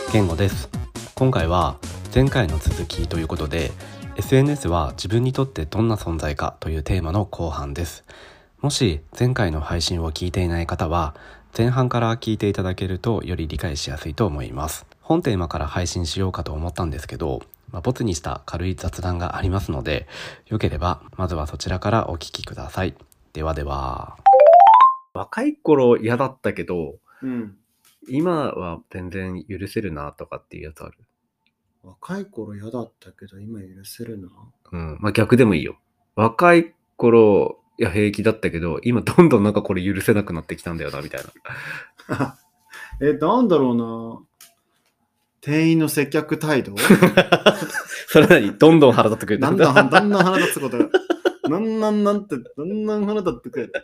言語です。今回は前回の続きということで SNS は自分にとってどんな存在かというテーマの後半です。もし前回の配信を聞いていない方は前半から聞いていただけるとより理解しやすいと思います。本テーマから配信しようかと思ったんですけど、ボツにした軽い雑談がありますので、よければまずはそちらからお聞きください。ではでは。若い頃嫌だったけど、今は全然許せるなとかっていうやつある？ 若い頃嫌だったけど今許せるな。 逆でもいいよ。若い頃平気だったけど今どんどんなんかこれ許せなくなってきたんだよなみたいな。 なんだろうな。店員の接客態度それ何？どんどん腹立ってくる。 だんだん腹立つことが。なんて、だんだん腹立ってくる。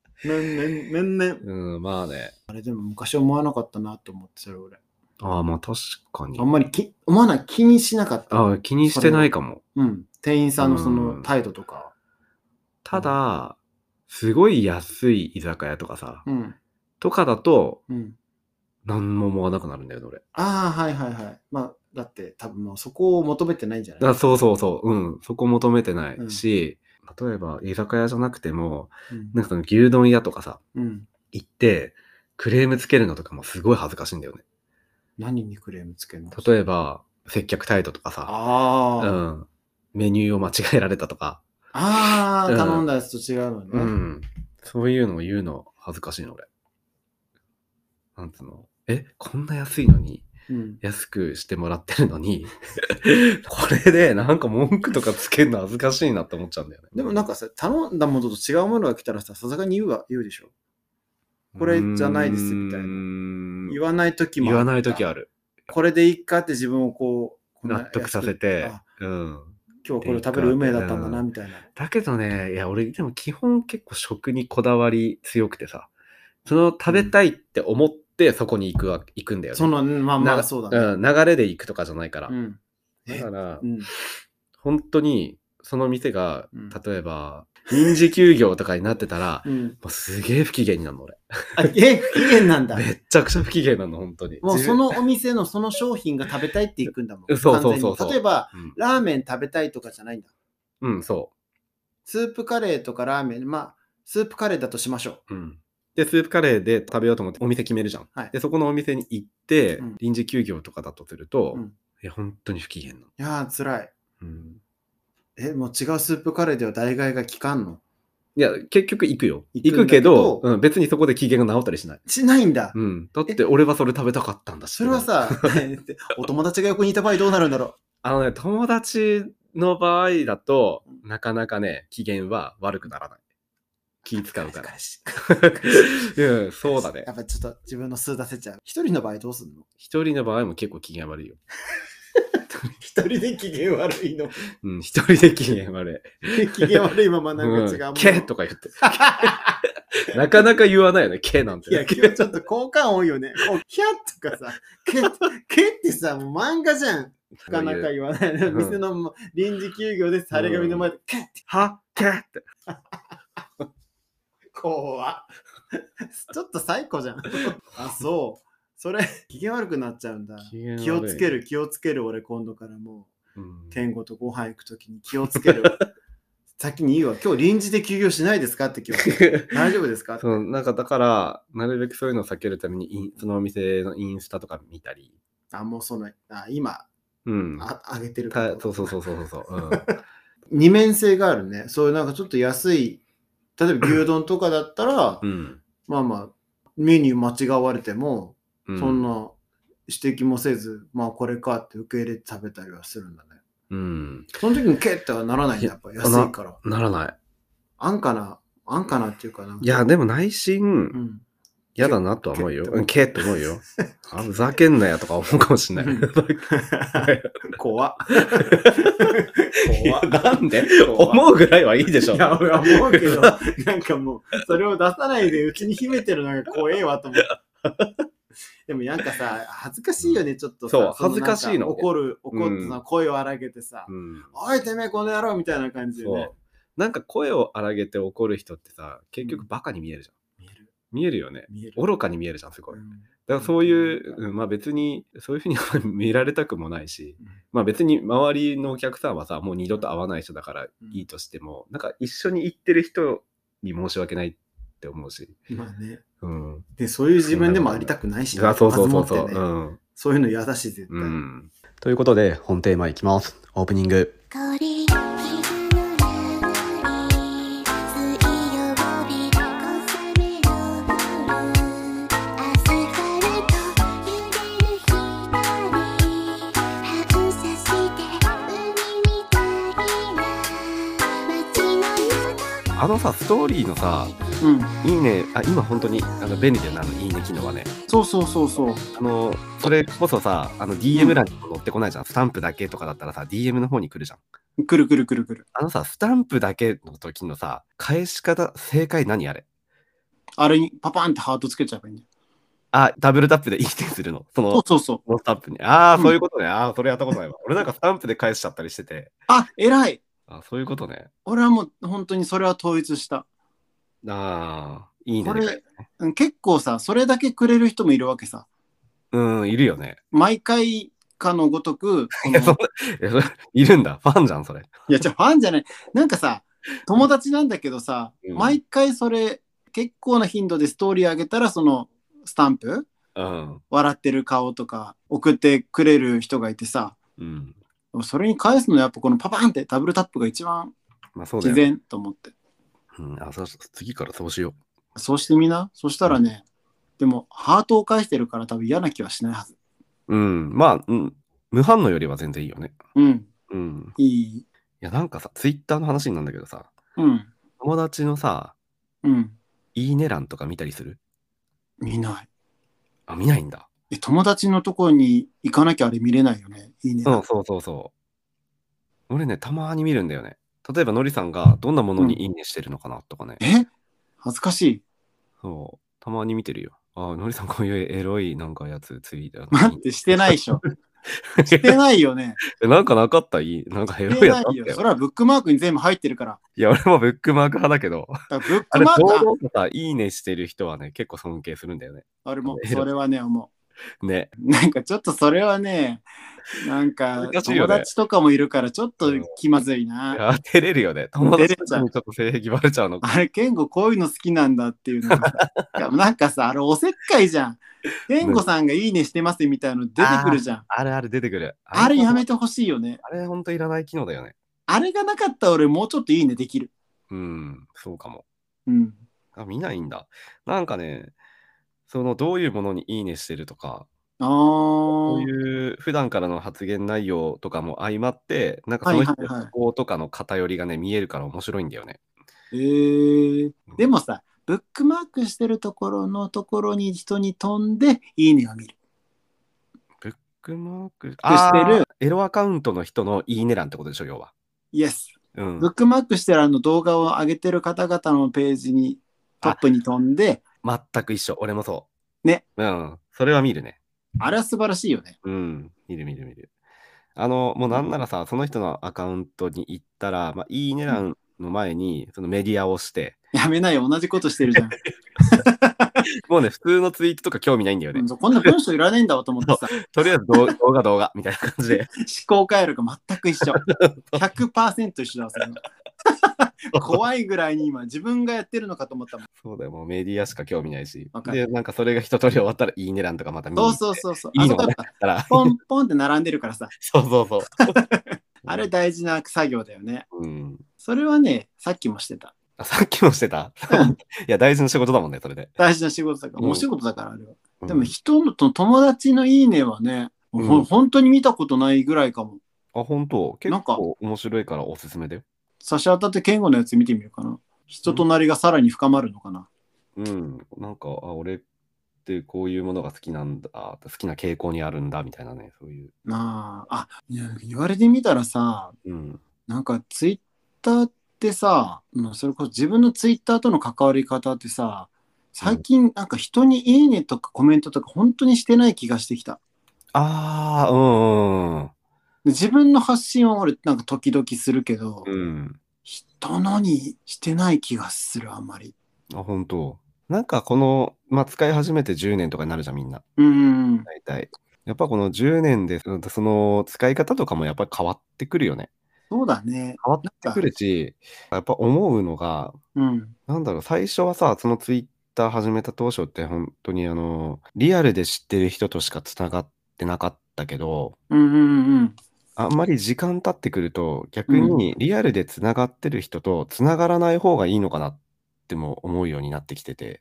まあね。 あれでも昔思わなかったなと思って、それ俺。 まあ確かに。 あんまり思わない、気にしなかった。 気にしてないかも。 店員さんのその態度とか。 ただ、すごい安い居酒屋とかさ、とかだと、何も思わなくなるんだよね、俺。 はいはいはい。まあ、だって多分もうそこを求めてないんじゃない？ そう。そこ求めてないし、例えば居酒屋じゃなくても、なんかその牛丼屋とかさ、行ってクレームつけるのとかもすごい恥ずかしいんだよね。 何にクレームつけるの？ 例えば、接客態度とかさ、メニューを間違えられたとか。 頼んだやつと違うのね。 そういうのを言うの恥ずかしいの、俺。なんつうの？こんな安いのに、安くしてもらってるのに、これでなんか文句とかつけるの恥ずかしいなって思っちゃうんだよね。 でもなんかさ、頼んだものと違うものが来たらさ、さすがに言うでしょ。これじゃないですみたいな。言わないときもある。 言わないときある。 これでいいかって自分をこう、 納得させて、 今日これ食べる運命だったんだなみたいな。 だけどね、俺でも基本結構食にこだわり強くてさ、その食べたいって思ってそこに行くんだよね。 まあそうだね。 流れで行くとかじゃないから。だから、本当にその店が、例えば臨時休業とかになってたら、もうすげえ不機嫌になるの俺。 不機嫌なんだ。 めっちゃくちゃ不機嫌なの本当に。 もうそのお店のその商品が食べたいって行くんだもん。 そう。 例えば、ラーメン食べたいとかじゃないんだ。 そう。 スープカレーとかラーメン、スープカレーだとしましょう。 で、スープカレーで食べようと思ってお店決めるじゃん。で、そこのお店に行って、臨時休業とかだとすると、本当に不機嫌なの。 いやー、辛い。もう違うスープカレーでは代替が効かんの？ いや、結局行くよ。行くけど、別にそこで機嫌が治ったりしない。 しないんだ。 だって俺はそれ食べたかったんだし。 それはさ、お友達が横にいた場合どうなるんだろう。友達の場合だと、なかなかね、機嫌は悪くならない。気使うから。そうだね。 やっぱちょっと自分の数出せちゃう。一人の場合どうすんの？ 一人の場合も結構機嫌悪いよ。 一人で機嫌悪いの？ 一人で機嫌悪い。機嫌悪いままなんか違うもん。 けとか言って。なかなか言わないよね、けなんて。 いや、今日ちょっと好感多いよね。ひゃとかさ、けってさ、もう漫画じゃん。なかなか言わない。店の臨時休業で、され紙の前で、けって。 はけって。 怖っ。ちょっと最高じゃん。そう。それ、機嫌悪くなっちゃうんだ。気をつける、俺今度からもう。天狗とご飯行くときに気をつける。先に言うわ。今日臨時で休業しないですかって今日。大丈夫ですかって。 なんかだから、なるべくそういうのを避けるために、そのお店のインスタとか見たり。 もう今、上げてるから。そう。 二面性があるね。そういうなんかちょっと安い、例えば牛丼とかだったら、メニュー間違われても、そんな指摘もせず、これかって受け入れて食べたりはするんだね。その時にケッてはならないんだ、やっぱ安いから。 ならない。 安価なっていうかな。 いや、でも内心、嫌だなとは思うよ。ケッって思うよ。ふざけんなやとか思うかもしれない。 怖っ。 なんで思うぐらいはいいでしょ。 いや、俺は思うけど、なんかもう、それを出さないでうちに秘めてるのが怖えわと思う。でもなんかさ、恥ずかしいよね、ちょっとさ。 そう、恥ずかしいの。 怒ってさ、声を荒げてさ、おいてめえこの野郎みたいな感じでね。 なんか声を荒げて怒る人ってさ、結局バカに見えるじゃん。見えるよね。愚かに見えるじゃん、すごい。 だからそういう、まあ別にそういうふうに見られたくもないし、まあ別に周りのお客さんはさ、もう二度と会わない人だからいいとしても、なんか一緒に行ってる人に申し訳ないって思うし。 まあね。 うん。 で、そういう自分でもありたくないし、 そうそうそうそう。 ね、そういうの嫌だし、絶対。 ということで、本テーマいきます。オープニング。あのさ、ストーリーのさ、いいね、今本当に便利だよな、いいね機能はね。 そうそうそうそう。 それこそさ、DM 欄にも載ってこないじゃん。スタンプだけとかだったらさ、DM の方に来るじゃん。 来る。 さ、スタンプだけの時のさ、返し方、正解何あれ？ あれにパパンってハートつけちゃえばいいんだよ。 ダブルタップでいいねするの。 そう。 スタンプに。そういうことね。それやったことないわ。俺なんかスタンプで返しちゃったりしてて。 偉い。 そういうことね。 俺はもう本当にそれは統一した。 いいね。 これ、結構さ、それだけくれる人もいるわけさ。 いるよね。 毎回かのごとく、 いるんだ。ファンじゃん、それ。 いや、ファンじゃない。なんかさ、友達なんだけどさ、毎回それ、結構な頻度でストーリー上げたら、そのスタンプ、笑ってる顔とか送ってくれる人がいてさ、それに返すのやっぱこのパパンってダブルタップが一番自然と思って。 次からそうしよう。そうしてみな。そしたらね、でもハートを返してるから多分嫌な気はしないはず。 まあ、無反応よりは全然いいよね。いい。 いや、なんかさ、ツイッターの話なんだけどさ、友達のさ、いいね欄とか見たりする？ 見ない。 見ないんだ。 友達のところに行かなきゃあれ見れないよね。いいね。 そう。俺ね、たまに見るんだよね。例えば、のりさんがどんなものにいいねしてるのかなとかね。 恥ずかしい。 そう。たまに見てるよ。のりさんこういうエロいなんかやつついた。 待って、してないでしょ。してないよね。 なんかなかった？なんかエロいやつあったよ。 それはブックマークに全部入ってるから。 いや、俺もブックマーク派だけど。 ブックマーク堂々とさ、いいねしてる人はね、結構尊敬するんだよね。 俺も、それはね、思う。ね。 なんかちょっとそれはね、なんか友達とかもいるからちょっと気まずいな。 照れるよね。友達にちょっと性癖バレちゃうの。 あれ、ケンゴこういうの好きなんだっていうのがさ、なんかさ、あれおせっかいじゃん。ケンゴさんがいいねしてますみたいなの出てくるじゃん。 あれ出てくる。 あれやめてほしいよね。 あれほんといらない機能だよね。 あれがなかったら俺もうちょっといいねできる。 そうかも。見ないんだ。なんかね、どういうものにいいねしてるとか、そういう普段からの発言内容とかも相まって、なんかその人の思考とかの偏りがね、見えるから面白いんだよね。 でもさ、ブックマークしてるところに人に飛んでいいねを見る。 ブックマークしてるエロアカウントの人のいいね欄ってことでしょ、要は。 イエス。ブックマークしてる動画を上げてる方々のページにトップに飛んで。 全く一緒。俺もそう。 ね。 それは見るね。 あれは素晴らしいよね。 見る。もうなんならさ、その人のアカウントに行ったら、いいね欄の前に、そのメディアをして。 やめないよ、同じことしてるじゃん。 もうね、普通のツイートとか興味ないんだよね。 こんな文章いらないんだわと思ってさ。 とりあえず動画みたいな感じで。 思考回路が全く一緒。100% 一緒だわ、それ。怖いぐらいに今自分がやってるのかと思ったもん。 そうだよ、もうメディアしか興味ないし。で、なんかそれが一通り終わったらいいね欄とかまた見にそう。 いいのがなかったら。 ポンポンって並んでるからさ。 そう。 あれ大事な作業だよね。それはね、さっきもしてた。 さっきもしてたいや、大事な仕事だもんね、それで。 大事な仕事だから、お仕事だから、あれは。でも人の友達のいいねはね、本当に見たことないぐらいかも。 本当？結構面白いからおすすめだよ。 差し当たって健吾のやつ見てみるかな。人となりがさらに深まるのかな。 なんか、俺ってこういうものが好きなんだ、好きな傾向にあるんだ、みたいなね、そういう。 言われてみたらさ、なんかツイッターってさ、それこそ自分のツイッターとの関わり方ってさ、最近なんか人にいいねとかコメントとか本当にしてない気がしてきた。自分の発信は俺なんか時々するけど、人のにしてない気がする、あんまり。 本当。 なんかこの、まあ、使い始めて10年とかになるじゃん、みんな。大体。やっぱこの10年で、その使い方とかもやっぱり変わってくるよね。 そうだね。 変わってくるし、やっぱ思うのが、なんだろう、最初はさ、そのツイッター始めた当初って本当にリアルで知ってる人としかつながってなかったけど、あんまり時間経ってくると、逆にリアルでつながってる人とつながらない方がいいのかなっても思うようになってきてて。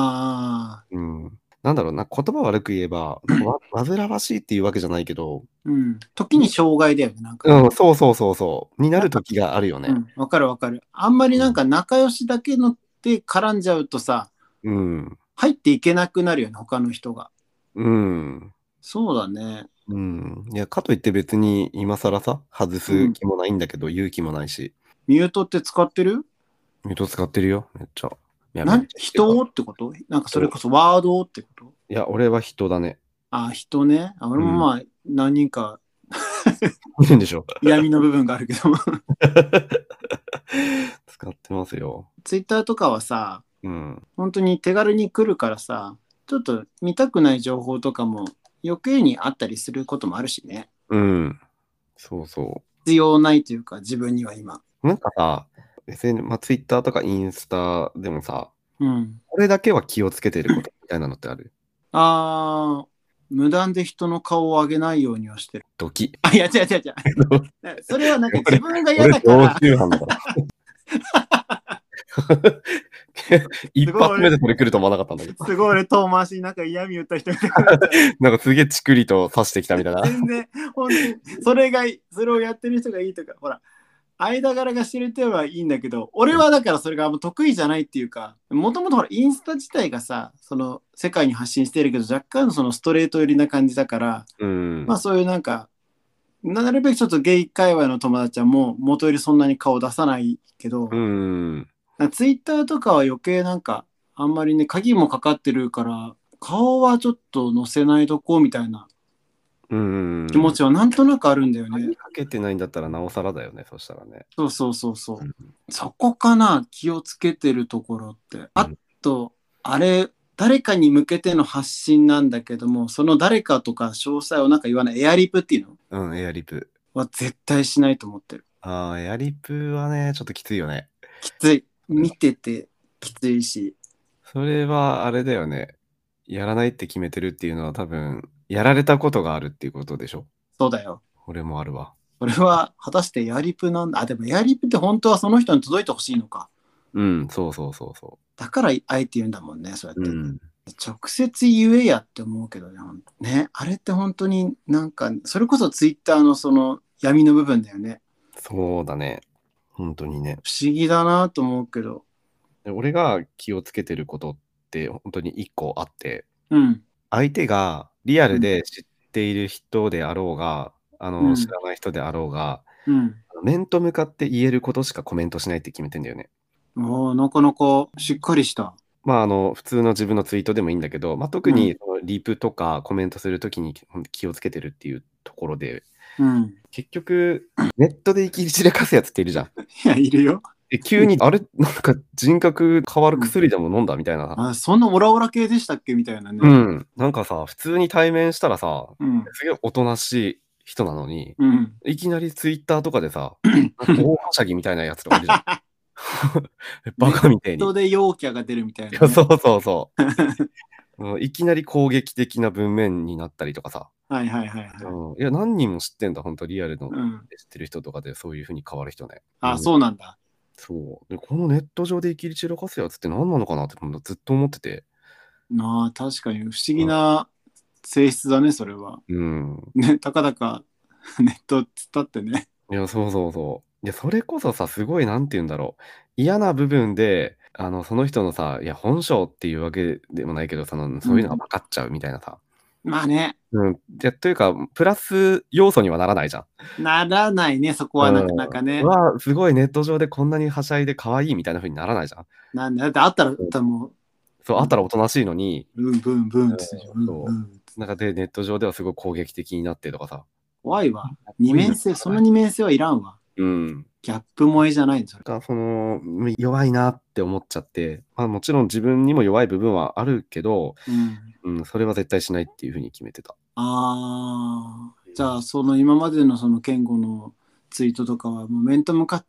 なんだろうな、言葉悪く言えば、なんか煩わしいっていうわけじゃないけど、 時に障害だよね、なんかね。 そうそうそうそう。になる時があるよね。 わかるわかる。あんまりなんか仲良しだけのって絡んじゃうとさ、入っていけなくなるよね、他の人が。そうだね。 いや、かといって別に今更さ、外す気もないんだけど、言う気もないし。 ミュートって使ってる？ ミュート使ってるよ、めっちゃ。 人ってこと？なんかそれこそワードってこと？ いや、俺は人だね。 人ね。俺もまあ、何人かいるんでしょ。 闇の部分があるけど。 使ってますよ。 ツイッターとかはさ、本当に手軽に来るからさ、ちょっと見たくない情報とかも余計にあったりすることもあるしね。 そうそう。 必要ないというか、自分には今。 なんかさ、まあ、ツイッターとかインスタでもさ、 うん。 これだけは気をつけてることみたいなのってある？ 無断で人の顔を上げないようにはしてる。 ドキ。 いや、違う違う違う。それはなんか自分が嫌だから。 一発目でそれ来ると思わなかったんだけど。 すごい俺遠回しになんか嫌味言った人みたいな。なんかすげえチクリと刺してきたみたいな。 全然、本当に、それをやってる人がいいとか、ほら、間柄が知れてはいいんだけど、俺はだからそれがあんま得意じゃないっていうか、もともとほら、インスタ自体がさ、その世界に発信してるけど、若干そのストレート寄りな感じだから、まあそういうなんか、なるべくちょっとゲイ界隈の友達はもう元よりそんなに顔出さないけど、ツイッターとかは余計なんか、あんまりね、鍵もかかってるから、顔はちょっと載せないとこみたいな気持ちはなんとなくあるんだよね。 鍵かけてないんだったらなおさらだよね、そしたらね。 そうそうそうそう。そこかな、気をつけてるところって。あと、あれ、誰かに向けての発信なんだけども、その誰かとか詳細をなんか言わない、エアリプっていうの？エアリプ。 は絶対しないと思ってる。 エアリプはね、ちょっときついよね。 きつい。見ててきついし。 それはあれだよね。やらないって決めてるっていうのは多分、やられたことがあるっていうことでしょ？ そうだよ。 俺もあるわ。 これは果たしてエアリプなんだ。でもエアリプって本当はその人に届いてほしいのか。 そうそうそうそう。 だからあえて言うんだもんね、そうやって。直接言えやって思うけどね。あれって本当になんか、それこそツイッターのその闇の部分だよね。 そうだね。本当にね。 不思議だなと思うけど。 俺が気をつけてることって本当に一個あって、相手がリアルで知っている人であろうが、知らない人であろうが、面と向かって言えることしかコメントしないって決めてんだよね。 なかなかしっかりした。 まあ、普通の自分のツイートでもいいんだけど、まあ、特にそのリプとかコメントするときに気をつけてるっていうところで、結局、ネットで生き散らかすやつっているじゃん。 いや、いるよ。 急に、あれ、なんか人格変わる薬でも飲んだみたいな。 そんなオラオラ系でしたっけみたいなね。 なんかさ、普通に対面したらさ、すげえおとなしい人なのに、いきなりツイッターとかでさ、大はしゃぎみたいなやつとかいるじゃん。バカみたいに。 ネットで陽キャが出るみたいな、 ね。そうそうそう。いきなり攻撃的な文面になったりとかさ。いや、何人も知ってんだ、本当リアルの、知ってる人とかでそういう風に変わる人ね。 そうなんだ。 そう。で、このネット上で生きり散らかすやつって何なのかなってずっと思ってて。 確かに不思議な性質だね、それは。ね、たかだかネットっつったってね。 いや、そうそうそう。いや、それこそさ、すごい、なんて言うんだろう。嫌な部分で、その人のさ、いや、本性っていうわけでもないけど、そういうのが分かっちゃうみたいなさ。 まあね。 というか、プラス要素にはならないじゃん。ならないね、そこはなかなかね。 すごいネット上でこんなにはしゃいで可愛いみたいな風にならないじゃん。 なんだってあったら、もう。 そう、あったらおとなしいのに。 ブンブンブンってなんかで、ネット上ではすごい攻撃的になってとかさ。 怖いわ。二面性、その二面性はいらんわ。 ギャップ萌えじゃないんですよ。 その弱いなって思っちゃって、まあもちろん自分にも弱い部分はあるけど、それは絶対しないっていうふうに決めてた。 じゃあその今までのその健吾のツイートとかはもう面と向かって、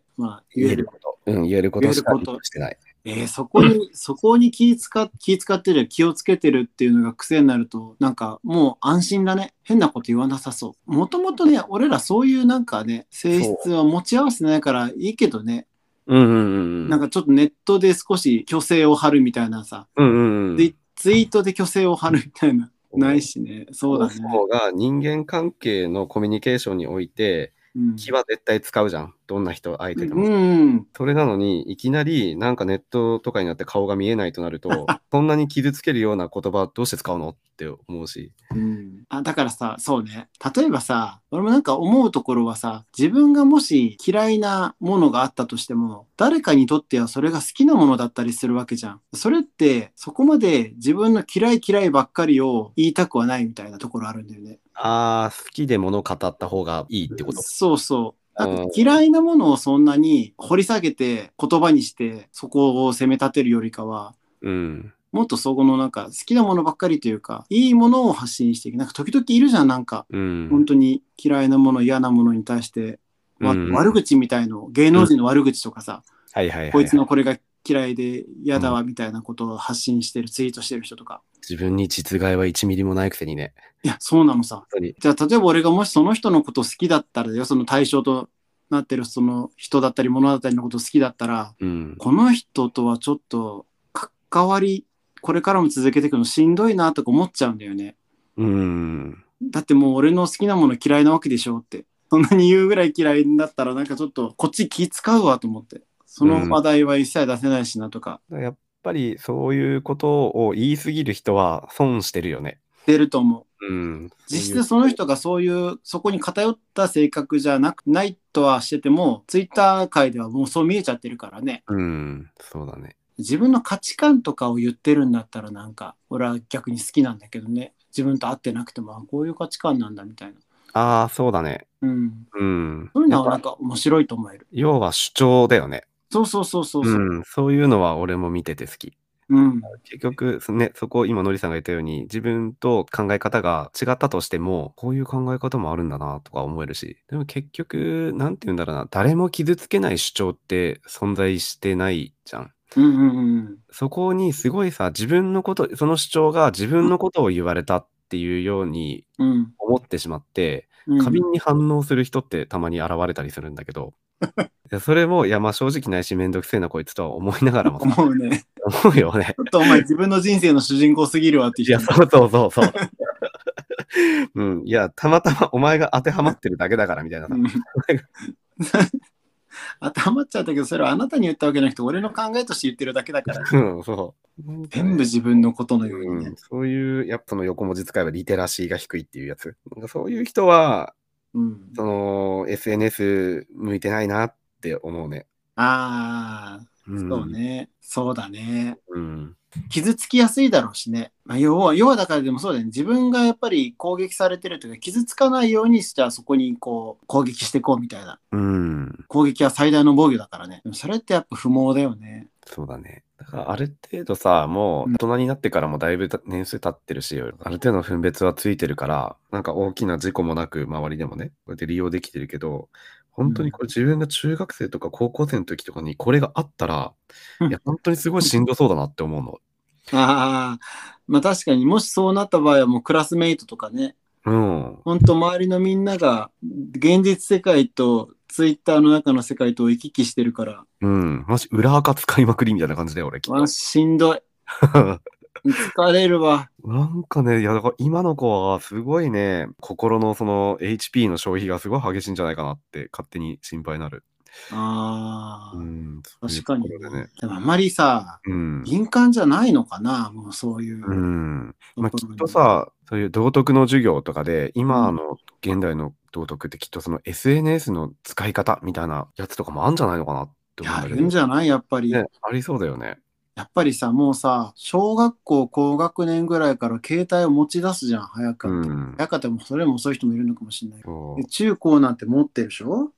まあ、 言えること。言えることしかしてない。 そこに気使ってる、気をつけてるっていうのが癖になると、なんかもう安心だね。変なこと言わなさそう。もともとね、俺らそういうなんかね、性質は持ち合わせてないからいいけどね。なんかちょっとネットで少し虚勢を張るみたいなさ、ツイートで虚勢を張るみたいな、ないしね。そうだね。 その方が人間関係のコミュニケーションにおいて、気は絶対使うじゃん。どんな人相手でも。それなのに、いきなりなんかネットとかになって顔が見えないとなると、そんなに傷つけるような言葉どうして使うのって思うし。 だからさ、そうね。例えばさ、俺もなんか思うところはさ、自分がもし嫌いなものがあったとしても、誰かにとってはそれが好きなものだったりするわけじゃん。それって、そこまで自分の嫌いばっかりを言いたくはないみたいなところあるんだよね。 好きで物語った方がいいってこと？ そうそう。なんか嫌いなものをそんなに掘り下げて言葉にしてそこを責め立てるよりかは、もっとそこのなんか好きなものばっかりというか、いいものを発信していく。なんか時々いるじゃん、なんか、本当に嫌いなもの、嫌なものに対して、悪口みたいの、芸能人の悪口とかさ、こいつのこれが嫌いで嫌だわみたいなことを発信してる、ツイートしてる人とか。 自分に実害は1ミリもないくせにね。 いや、そうなのさ。じゃあ、例えば俺がもしその人のこと好きだったらよ、その対象となってるその人だったり物だったりのこと好きだったら、この人とはちょっと関わり、これからも続けていくのしんどいなとか思っちゃうんだよね。だってもう俺の好きなもの嫌いなわけでしょって。そんなに言うぐらい嫌いだったらなんかちょっとこっち気使うわと思って。その話題は一切出せないしなとか。 やっぱりそういうことを言い過ぎる人は損してるよね。 出ると思う。実質その人がそういう、そこに偏った性格じゃないとはしてても、ツイッター界ではもうそう見えちゃってるからね。 そうだね。 自分の価値観とかを言ってるんだったらなんか、俺は逆に好きなんだけどね。自分と合ってなくても、こういう価値観なんだみたいな。 そうだね。 そういうのはなんか面白いと思える。 要は主張だよね。 そう。 そういうのは俺も見てて好き。結局ね、そこ今のりさんが言ったように自分と考え方が違ったとしてもこういう考え方もあるんだなとか思えるし、でも結局なんて言うんだろうな、誰も傷つけない主張って存在してないじゃん。そこにすごいさ、自分のこと、その主張が自分のことを言われたっていうように思ってしまって、過敏に反応する人ってたまに現れたりするんだけど、それも、いや、まあ正直ないし、めんどくせえな、こいつとは思いながらもさ。 思うね。 思うよね。 ちょっとお前自分の人生の主人公すぎるわっていや、そう。いや、たまたまお前が当てはまってるだけだからみたいなさ。 当てはまっちゃったけど、それはあなたに言ったわけじゃなくて、俺の考えとして言ってるだけだから。全部自分のことのようにね。 そういう、やっぱその横文字使えばリテラシーが低いっていうやつ。なんかそういう人は、その SNS 向いてないなって思うね。 そうね。そうだね。傷つきやすいだろうしね。要はだからでもそうだよね。自分がやっぱり攻撃されてるというか、傷つかないようにじゃあそこにこう攻撃していこうみたいな。攻撃は最大の防御だからね。でもそれってやっぱ不毛だよね。 そうだね。だからある程度さ、もう大人になってからもだいぶ年数経ってるし、ある程度の分別はついてるから、なんか大きな事故もなく周りでもね、こうやって利用できてるけど、本当にこれ自分が中学生とか高校生の時とかにこれがあったら、いや、本当にすごいしんどそうだなって思うの。 まあ確かにもしそうなった場合はもうクラスメイトとかね。本当周りのみんなが現実世界とツイッターの中の世界と行き来してるから。 マジ裏垢使いまくりみたいな感じだよ、俺きっと。 しんどい。疲れるわ。 なんかね、いやだから今の子はすごいね、心のその HP の消費がすごい激しいんじゃないかなって勝手に心配になる。 確かにね。でもあんまりさ、敏感じゃないのかな、もうそういう。 まあきっとさ、そういう道徳の授業とかで、今の現代の道徳ってきっとその SNS の使い方みたいなやつとかもあるんじゃないのかなって思うんだけど。 あるんじゃないやっぱり。 ね、ありそうだよね。 やっぱりさ、もうさ、小学校高学年ぐらいから携帯を持ち出すじゃん、早かった。早かったもそれも遅い人もいるのかもしれない。で中高なんて持ってるでしょ。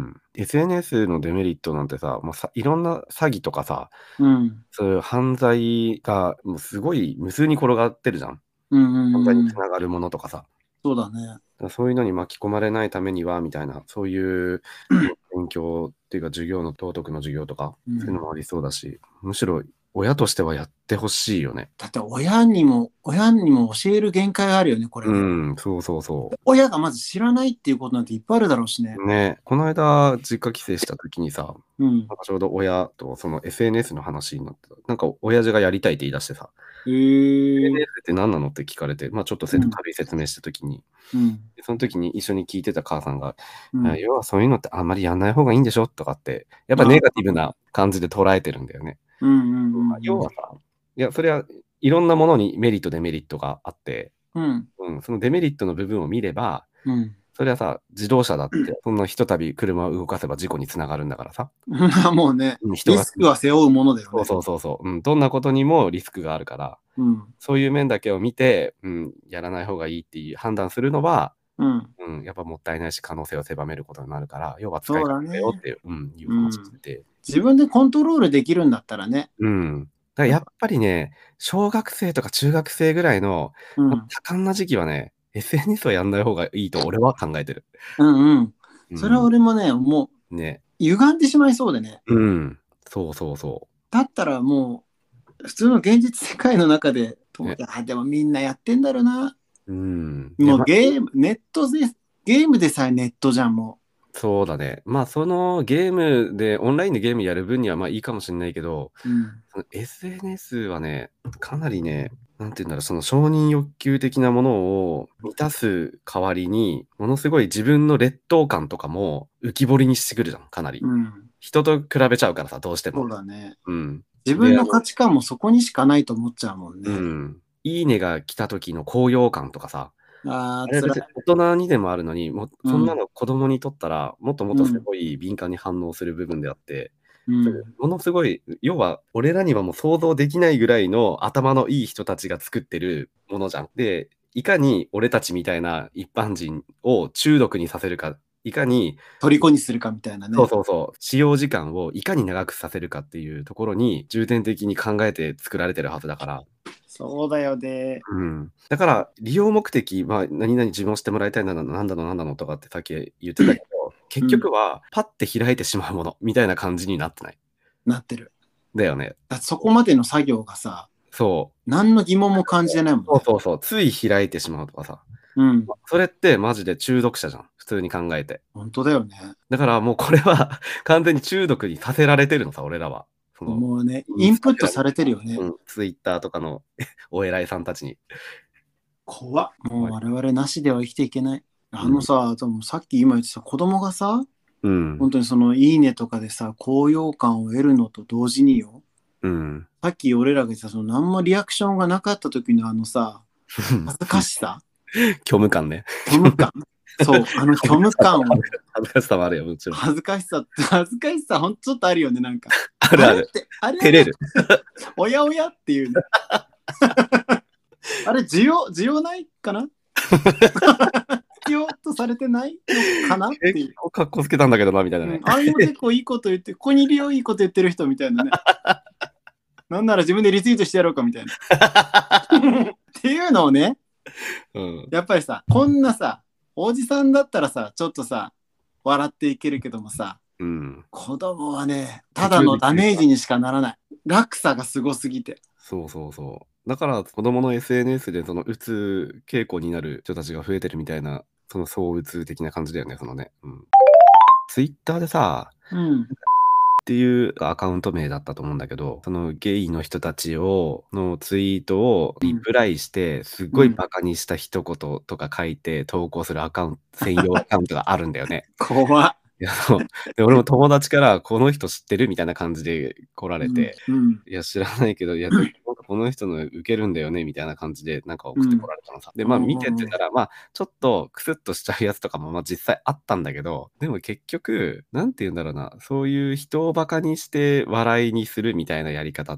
SNS のデメリットなんてさ、いろんな詐欺とかさ、そういう犯罪がもうすごい無数に転がってるじゃん。犯罪につながるものとかさ。 そうだね。 そういうのに巻き込まれないためにはみたいな、そういう勉強っていうか授業の道徳の授業とか、そういうのもありそうだし、むしろ親としてはやってほしいよね。 だって親にも教える限界があるよね、これね。 そうそうそう。 親がまず知らないっていうことなんていっぱいあるだろうしね。 ね、この間実家帰省した時にさ、なんかちょうど親とその SNS の話になって、なんか親父がやりたいって言い出してさ、SNS って何なのって聞かれて、ちょっと軽い説明した時に、その時に一緒に聞いてた母さんが、要はそういうのってあんまりやんない方がいいんでしょとかって、やっぱネガティブな感じで捉えてるんだよね。要はさ、いや、それはいろんなものにメリット、デメリットがあって、そのデメリットの部分を見れば、それはさ、自動車だって、そんなひとたび車を動かせば事故につながるんだからさ。 もうね、リスクは背負うものだよね。 そう。どんなことにもリスクがあるから、そういう面だけを見て、やらない方がいいっていう判断するのは、やっぱもったいないし、可能性を狭めることになるから、要は使い方だよっていう、いう話をしてて。 自分でコントロールできるんだったらね。 だからやっぱりね、小学生とか中学生ぐらいの多感な時期はね、SNS はやんない方がいいと俺は考えてる。 それは俺もね、もう、歪んでしまいそうでね。 そう。 だったらもう、普通の現実世界の中で、でもみんなやってんだろうな。もうゲームでさえネットじゃん、もう。 そうだね。そのゲームで、オンラインでゲームやる分にはいいかもしれないけど、その SNS はね、かなりね、なんていうんだろう、その承認欲求的なものを満たす代わりに、ものすごい自分の劣等感とかも浮き彫りにしてくるじゃん、かなり。人と比べちゃうからさ、どうしても。 そうだね。自分の価値観もそこにしかないと思っちゃうもんね。 いいねが来た時の高揚感とかさ、あれ大人にでもあるのに、そんなの子供にとったら、もっともっとすごい敏感に反応する部分であって、ものすごい、要は、俺らにはもう想像できないぐらいの頭のいい人たちが作ってるものじゃん。で、いかに俺たちみたいな一般人を中毒にさせるか、いかに虜にするかみたいなね。 そう。使用時間をいかに長くさせるかっていうところに重点的に考えて作られてるはずだから。 そうだよね。 だから、利用目的、何々自分をしてもらいたいな、なんだのとかってさっき言ってたけど、結局は、パッて開いてしまうもの、みたいな感じになってない。 なってる。 だよね。 そこまでの作業がさ、何の疑問も感じてないもんね。 そう。つい開いてしまうとかさ。それってマジで中毒者じゃん。普通に考えて。 本当だよね。 だからもうこれは完全に中毒にさせられてるのさ、俺らは。 もうね、インプットされてるよね。 ツイッターとかのお偉いさんたちに。 怖っ。もう我々なしでは生きていけない。さっき今言ってた子供がさ、本当にそのいいねとかでさ、高揚感を得るのと同時によ。さっき俺らが言ってたその何もリアクションがなかった時の恥ずかしさ。 虚無感ね。 虚無感。そう、虚無感を。 恥ずかしさもあるよ、もちろん。 恥ずかしさ、ほんとちょっとあるよね、なんか。 ある。照れる。 おやおやっていうね。あれ、需要ないかな必要とされてないのかなっていう。 かっこつけたんだけどな、みたいなね。 ああいう結構いいこと言って、ここにいるよ、いいこと言ってる人みたいなね。なんなら自分でリツイートしてやろうかみたいな。っていうのをね、やっぱりさ、こんなさ、おじさんだったらさ、ちょっとさ、笑っていけるけどもさ、子供はね、ただのダメージにしかならない。落差がすごすぎて。 そう。だから子供の SNS でそのうつ傾向になる人たちが増えてるみたいな、その躁うつ的な感じだよね、そのね。ツイッターでさ、っていうアカウント名だったと思うんだけど、そのゲイの人たちのツイートをリプライして、すっごいバカにした一言とか書いて投稿する専用アカウントがあるんだよね。 怖っ。 で俺も友達からこの人知ってるみたいな感じで来られて、いや知らないけど、いやこの人の受けるんだよねみたいな感じでなんか送ってこられたのさ。で、まあ見てたら、まあちょっとクスッとしちゃうやつとかもまあ実際あったんだけど、でも結局、なんて言うんだろうな、そういう人をバカにして笑いにするみたいなやり方って、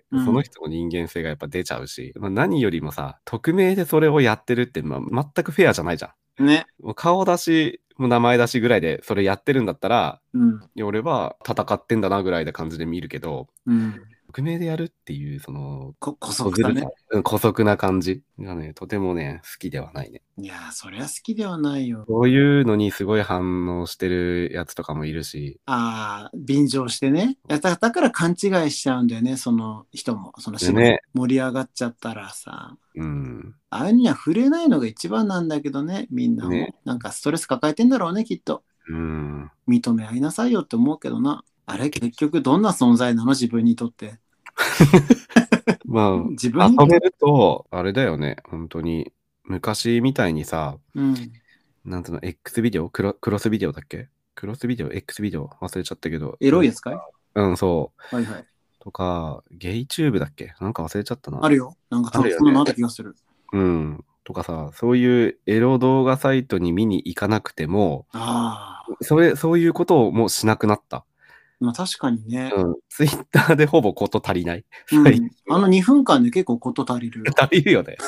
その人の人間性がやっぱ出ちゃうし、まあ、何よりもさ、匿名でそれをやってるって、まあ、全くフェアじゃないじゃん。 ね。 もう顔出し、もう名前出しぐらいでそれやってるんだったら、いや俺は戦ってんだなぐらいな感じで見るけど、匿名でやるっていう、その、 姑息だね。 姑息な感じがね、とてもね、好きではないね。 いやー、そりゃ好きではないよ。 そういうのにすごい反応してるやつとかもいるし。 ああ、便乗してね。だから勘違いしちゃうんだよね、その人も。その仕事盛り上がっちゃったらさ。ああいうには触れないのが一番なんだけどね、みんなも。ね、なんかストレス抱えてんだろうね、きっと。認め合いなさいよって思うけどな。あれ結局どんな存在なの自分にとって。 まあ、自分にまとめると、あれだよね、本当に。昔みたいにさ、なんつうの、X ビデオクロスビデオだっけクロスビデオ X ビデオ忘れちゃったけど。 エロいやつかい？ そう。 はいはい。 とか、ゲイチューブだっけなんか忘れちゃったな。 あるよ。なんかそんなのあった気がする。 とかさ、そういうエロ動画サイトに見に行かなくても、そういうことをもうしなくなった。 まあ確かにね。 ツイッターでほぼこと足りない。 あの2分間で結構こと足りるよ。 足りるよね。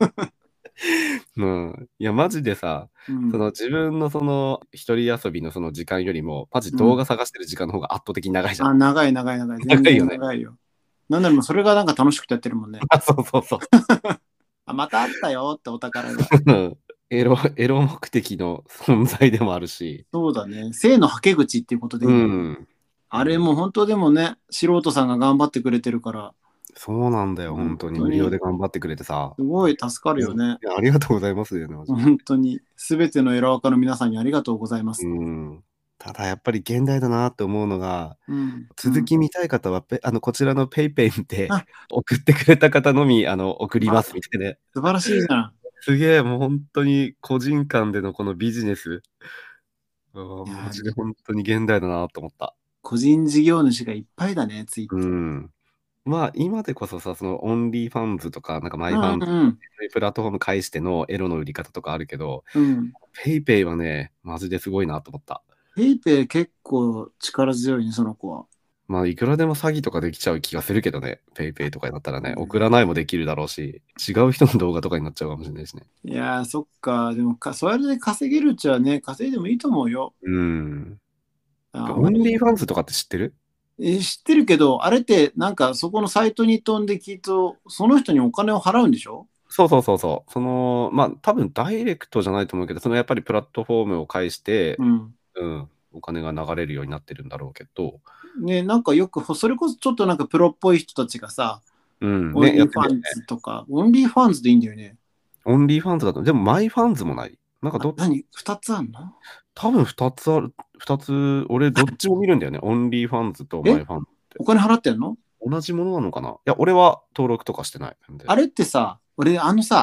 いや、マジでさ、その自分のその一人遊びのその時間よりも、マジ動画探してる時間の方が圧倒的に長いじゃん。 長い。全然長いよ。なんだろう、それがなんか楽しくてやってるもんね。 そう。 またあったよってお宝が。 エロ目的の存在でもあるし。 そうだね。性のはけ口っていうことでいい。あれも本当でもね、素人さんが頑張ってくれてるから。 そうなんだよ、本当に。無料で頑張ってくれてさ。 すごい助かるよね。 ありがとうございますよね、 本当に。すべてのエロアカの皆さんにありがとうございます。 ただやっぱり現代だなって思うのが、続き見たい方はこちらの PayPay で送ってくれた方のみ送りますみたいな。 素晴らしいじゃん。 すげえ、もう本当に個人間でのこのビジネス。マジで本当に現代だなと思った。 個人事業主がいっぱいだね、ツイッター。 まあ今でこそさ、そのオンリーファンズとか、なんかマイファンズ、そういうプラットフォーム介してのエロの売り方とかあるけど、PayPay はね、マジですごいなと思った。 PayPay 結構力強いね、その子は。 まあいくらでも詐欺とかできちゃう気がするけどね、PayPay とかになったらね、送らないもできるだろうし、違う人の動画とかになっちゃうかもしれないしね。 いやー、そっか。でもそれで稼げるっちゃね、稼いでもいいと思うよ。 オンリーファンズとかって知ってる？ 知ってるけど、あれってなんかそこのサイトに飛んで聞くと、その人にお金を払うんでしょ？ そう。その、まあ多分ダイレクトじゃないと思うけど、そのやっぱりプラットフォームを介して、お金が流れるようになってるんだろうけど。 ね、なんかよく、それこそちょっとなんかプロっぽい人たちがさ、オンリーファンズとか、オンリーファンズでいいんだよね。 オンリーファンズだと、でもマイファンズもない。なんか何 ?2 つあんの？ 多分2つある。2つ、俺どっちも見るんだよね。オンリーファンズとマイファンズって。 お金払ってんの？ 同じものなのかな？いや、俺は登録とかしてない。 あれってさ、俺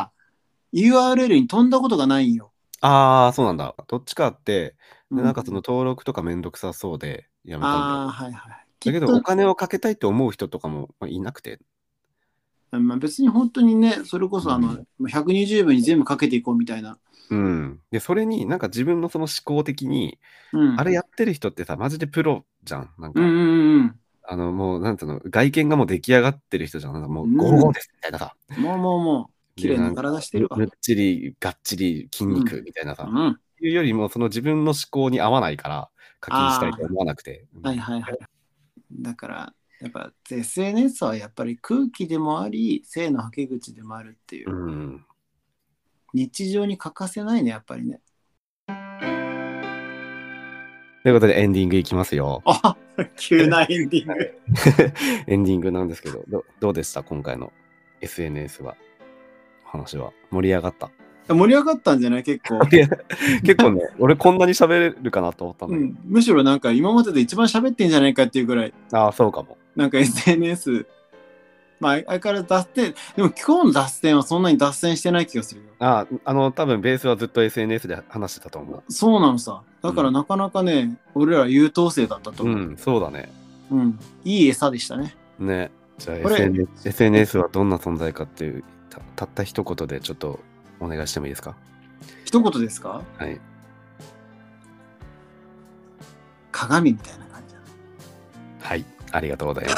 URL に飛んだことがないんよ。 ああ、そうなんだ。どっちかって、なんかその登録とかめんどくさそうでやめたんだよ。 はい。 だけどお金をかけたいって思う人とかもいなくて。 まあ、別に本当にね、それこそ120分に全部かけていこうみたいな。 で、それになんか自分のその思考的に、あれやってる人ってさ、マジでプロじゃん。なんか、もう、なんていうの、外見がもう出来上がってる人じゃん。なんかもう、ゴーゴーですみたいなさ。 もう、綺麗な体してるわ。 むっちり、がっちり、筋肉みたいなさ。いうよりも、その自分の思考に合わないから、課金したいと思わなくて。 はい。だから、やっぱ SNS はやっぱり空気でもあり、性のはけ口でもあるっていう。日常に欠かせないね、やっぱりね。 ということでエンディングいきますよ。 急なエンディング。 エンディングなんですけど、どうでした今回の SNS は。話は。盛り上がった？ 盛り上がったんじゃない？結構。 結構ね、俺こんなに喋れるかなと思ったんだけど。 むしろなんか今までで一番喋ってんじゃないかっていうぐらい。 そうかも。 なんか SNS、まあ相変わらず脱線、でも今日の脱線はそんなに脱線してない気がするよ。 多分ベースはずっと SNS で話してたと思う。 そうなのさ。だからなかなかね、俺ら優等生だったと思う。 そうだね。 いい餌でしたね。 ね。 じゃあ SNS はどんな存在かっていう、たった一言でちょっとお願いしてもいいですか？ 一言ですか？ はい。 鏡みたいな感じだ。 はい、ありがとうございます。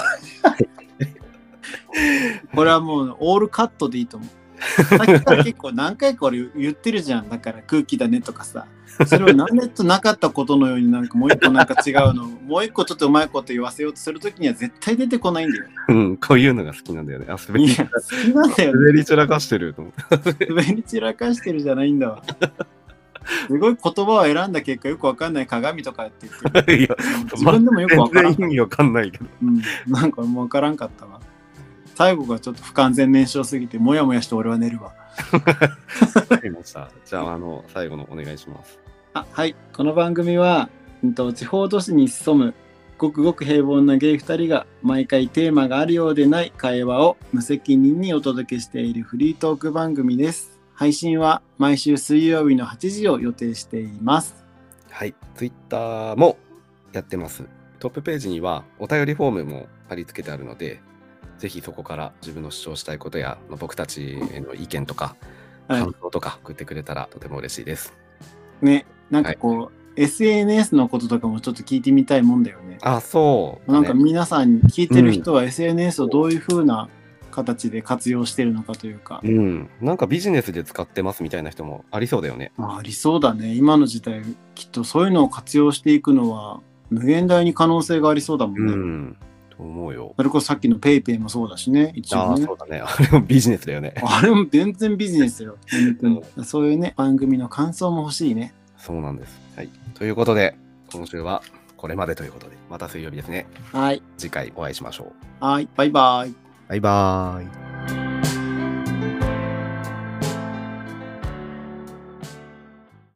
これはもうオールカットでいいと思う。さっきから結構何回か俺言ってるじゃん。だから空気だねとかさ。それを何年となかったことのようになんかもう一個なんか違うのもう一個ちょっとうまいこと言わせようとするときには絶対出てこないんだよ。 うん、こういうのが好きなんだよね。 好きなんだよね。 滑り散らかしてると思って。 滑り散らかしてるじゃないんだわ。すごい言葉を選んだ結果よくわかんない鏡とかって言ってる。いや自分でもよくわからん。 意味わかんないけど。 うん、なんかもうわからんかったわ。最後がちょっと不完全燃焼すぎてもやもやして俺は寝るわ。 わかりました。じゃあ最後のお願いします。 はい。この番組は、地方都市に潜むごくごく平凡なゲイ2人が毎回テーマがあるようでない会話を無責任にお届けしているフリートーク番組です。配信は毎週水曜日の8時を予定しています。 はい。Twitter もやってます。トップページにはお便りフォームも貼り付けてあるので、ぜひそこから自分の主張したいことや僕たちへの意見とか感想とか送ってくれたらとても嬉しいです。 ね、なんかこう、SNS のこととかもちょっと聞いてみたいもんだよね。 あ、そう、 ね。なんか皆さん聞いてる人は SNS をどういう風な形で活用してるのかというか。 なんかビジネスで使ってますみたいな人もありそうだよね。 ありそうだね。今の時代、きっとそういうのを活用していくのは無限大に可能性がありそうだもんね。 と思うよ。 それこそさっきのペイペイもそうだしね、一応ね。 そうだね。あれもビジネスだよね。 あれも全然ビジネスよ。そういうね、番組の感想も欲しいね。 そうなんです。はい。ということで、今週はこれまでということで、また水曜日ですね。 はい。 次回お会いしましょう。はい。バイバイ。 バイバーイ。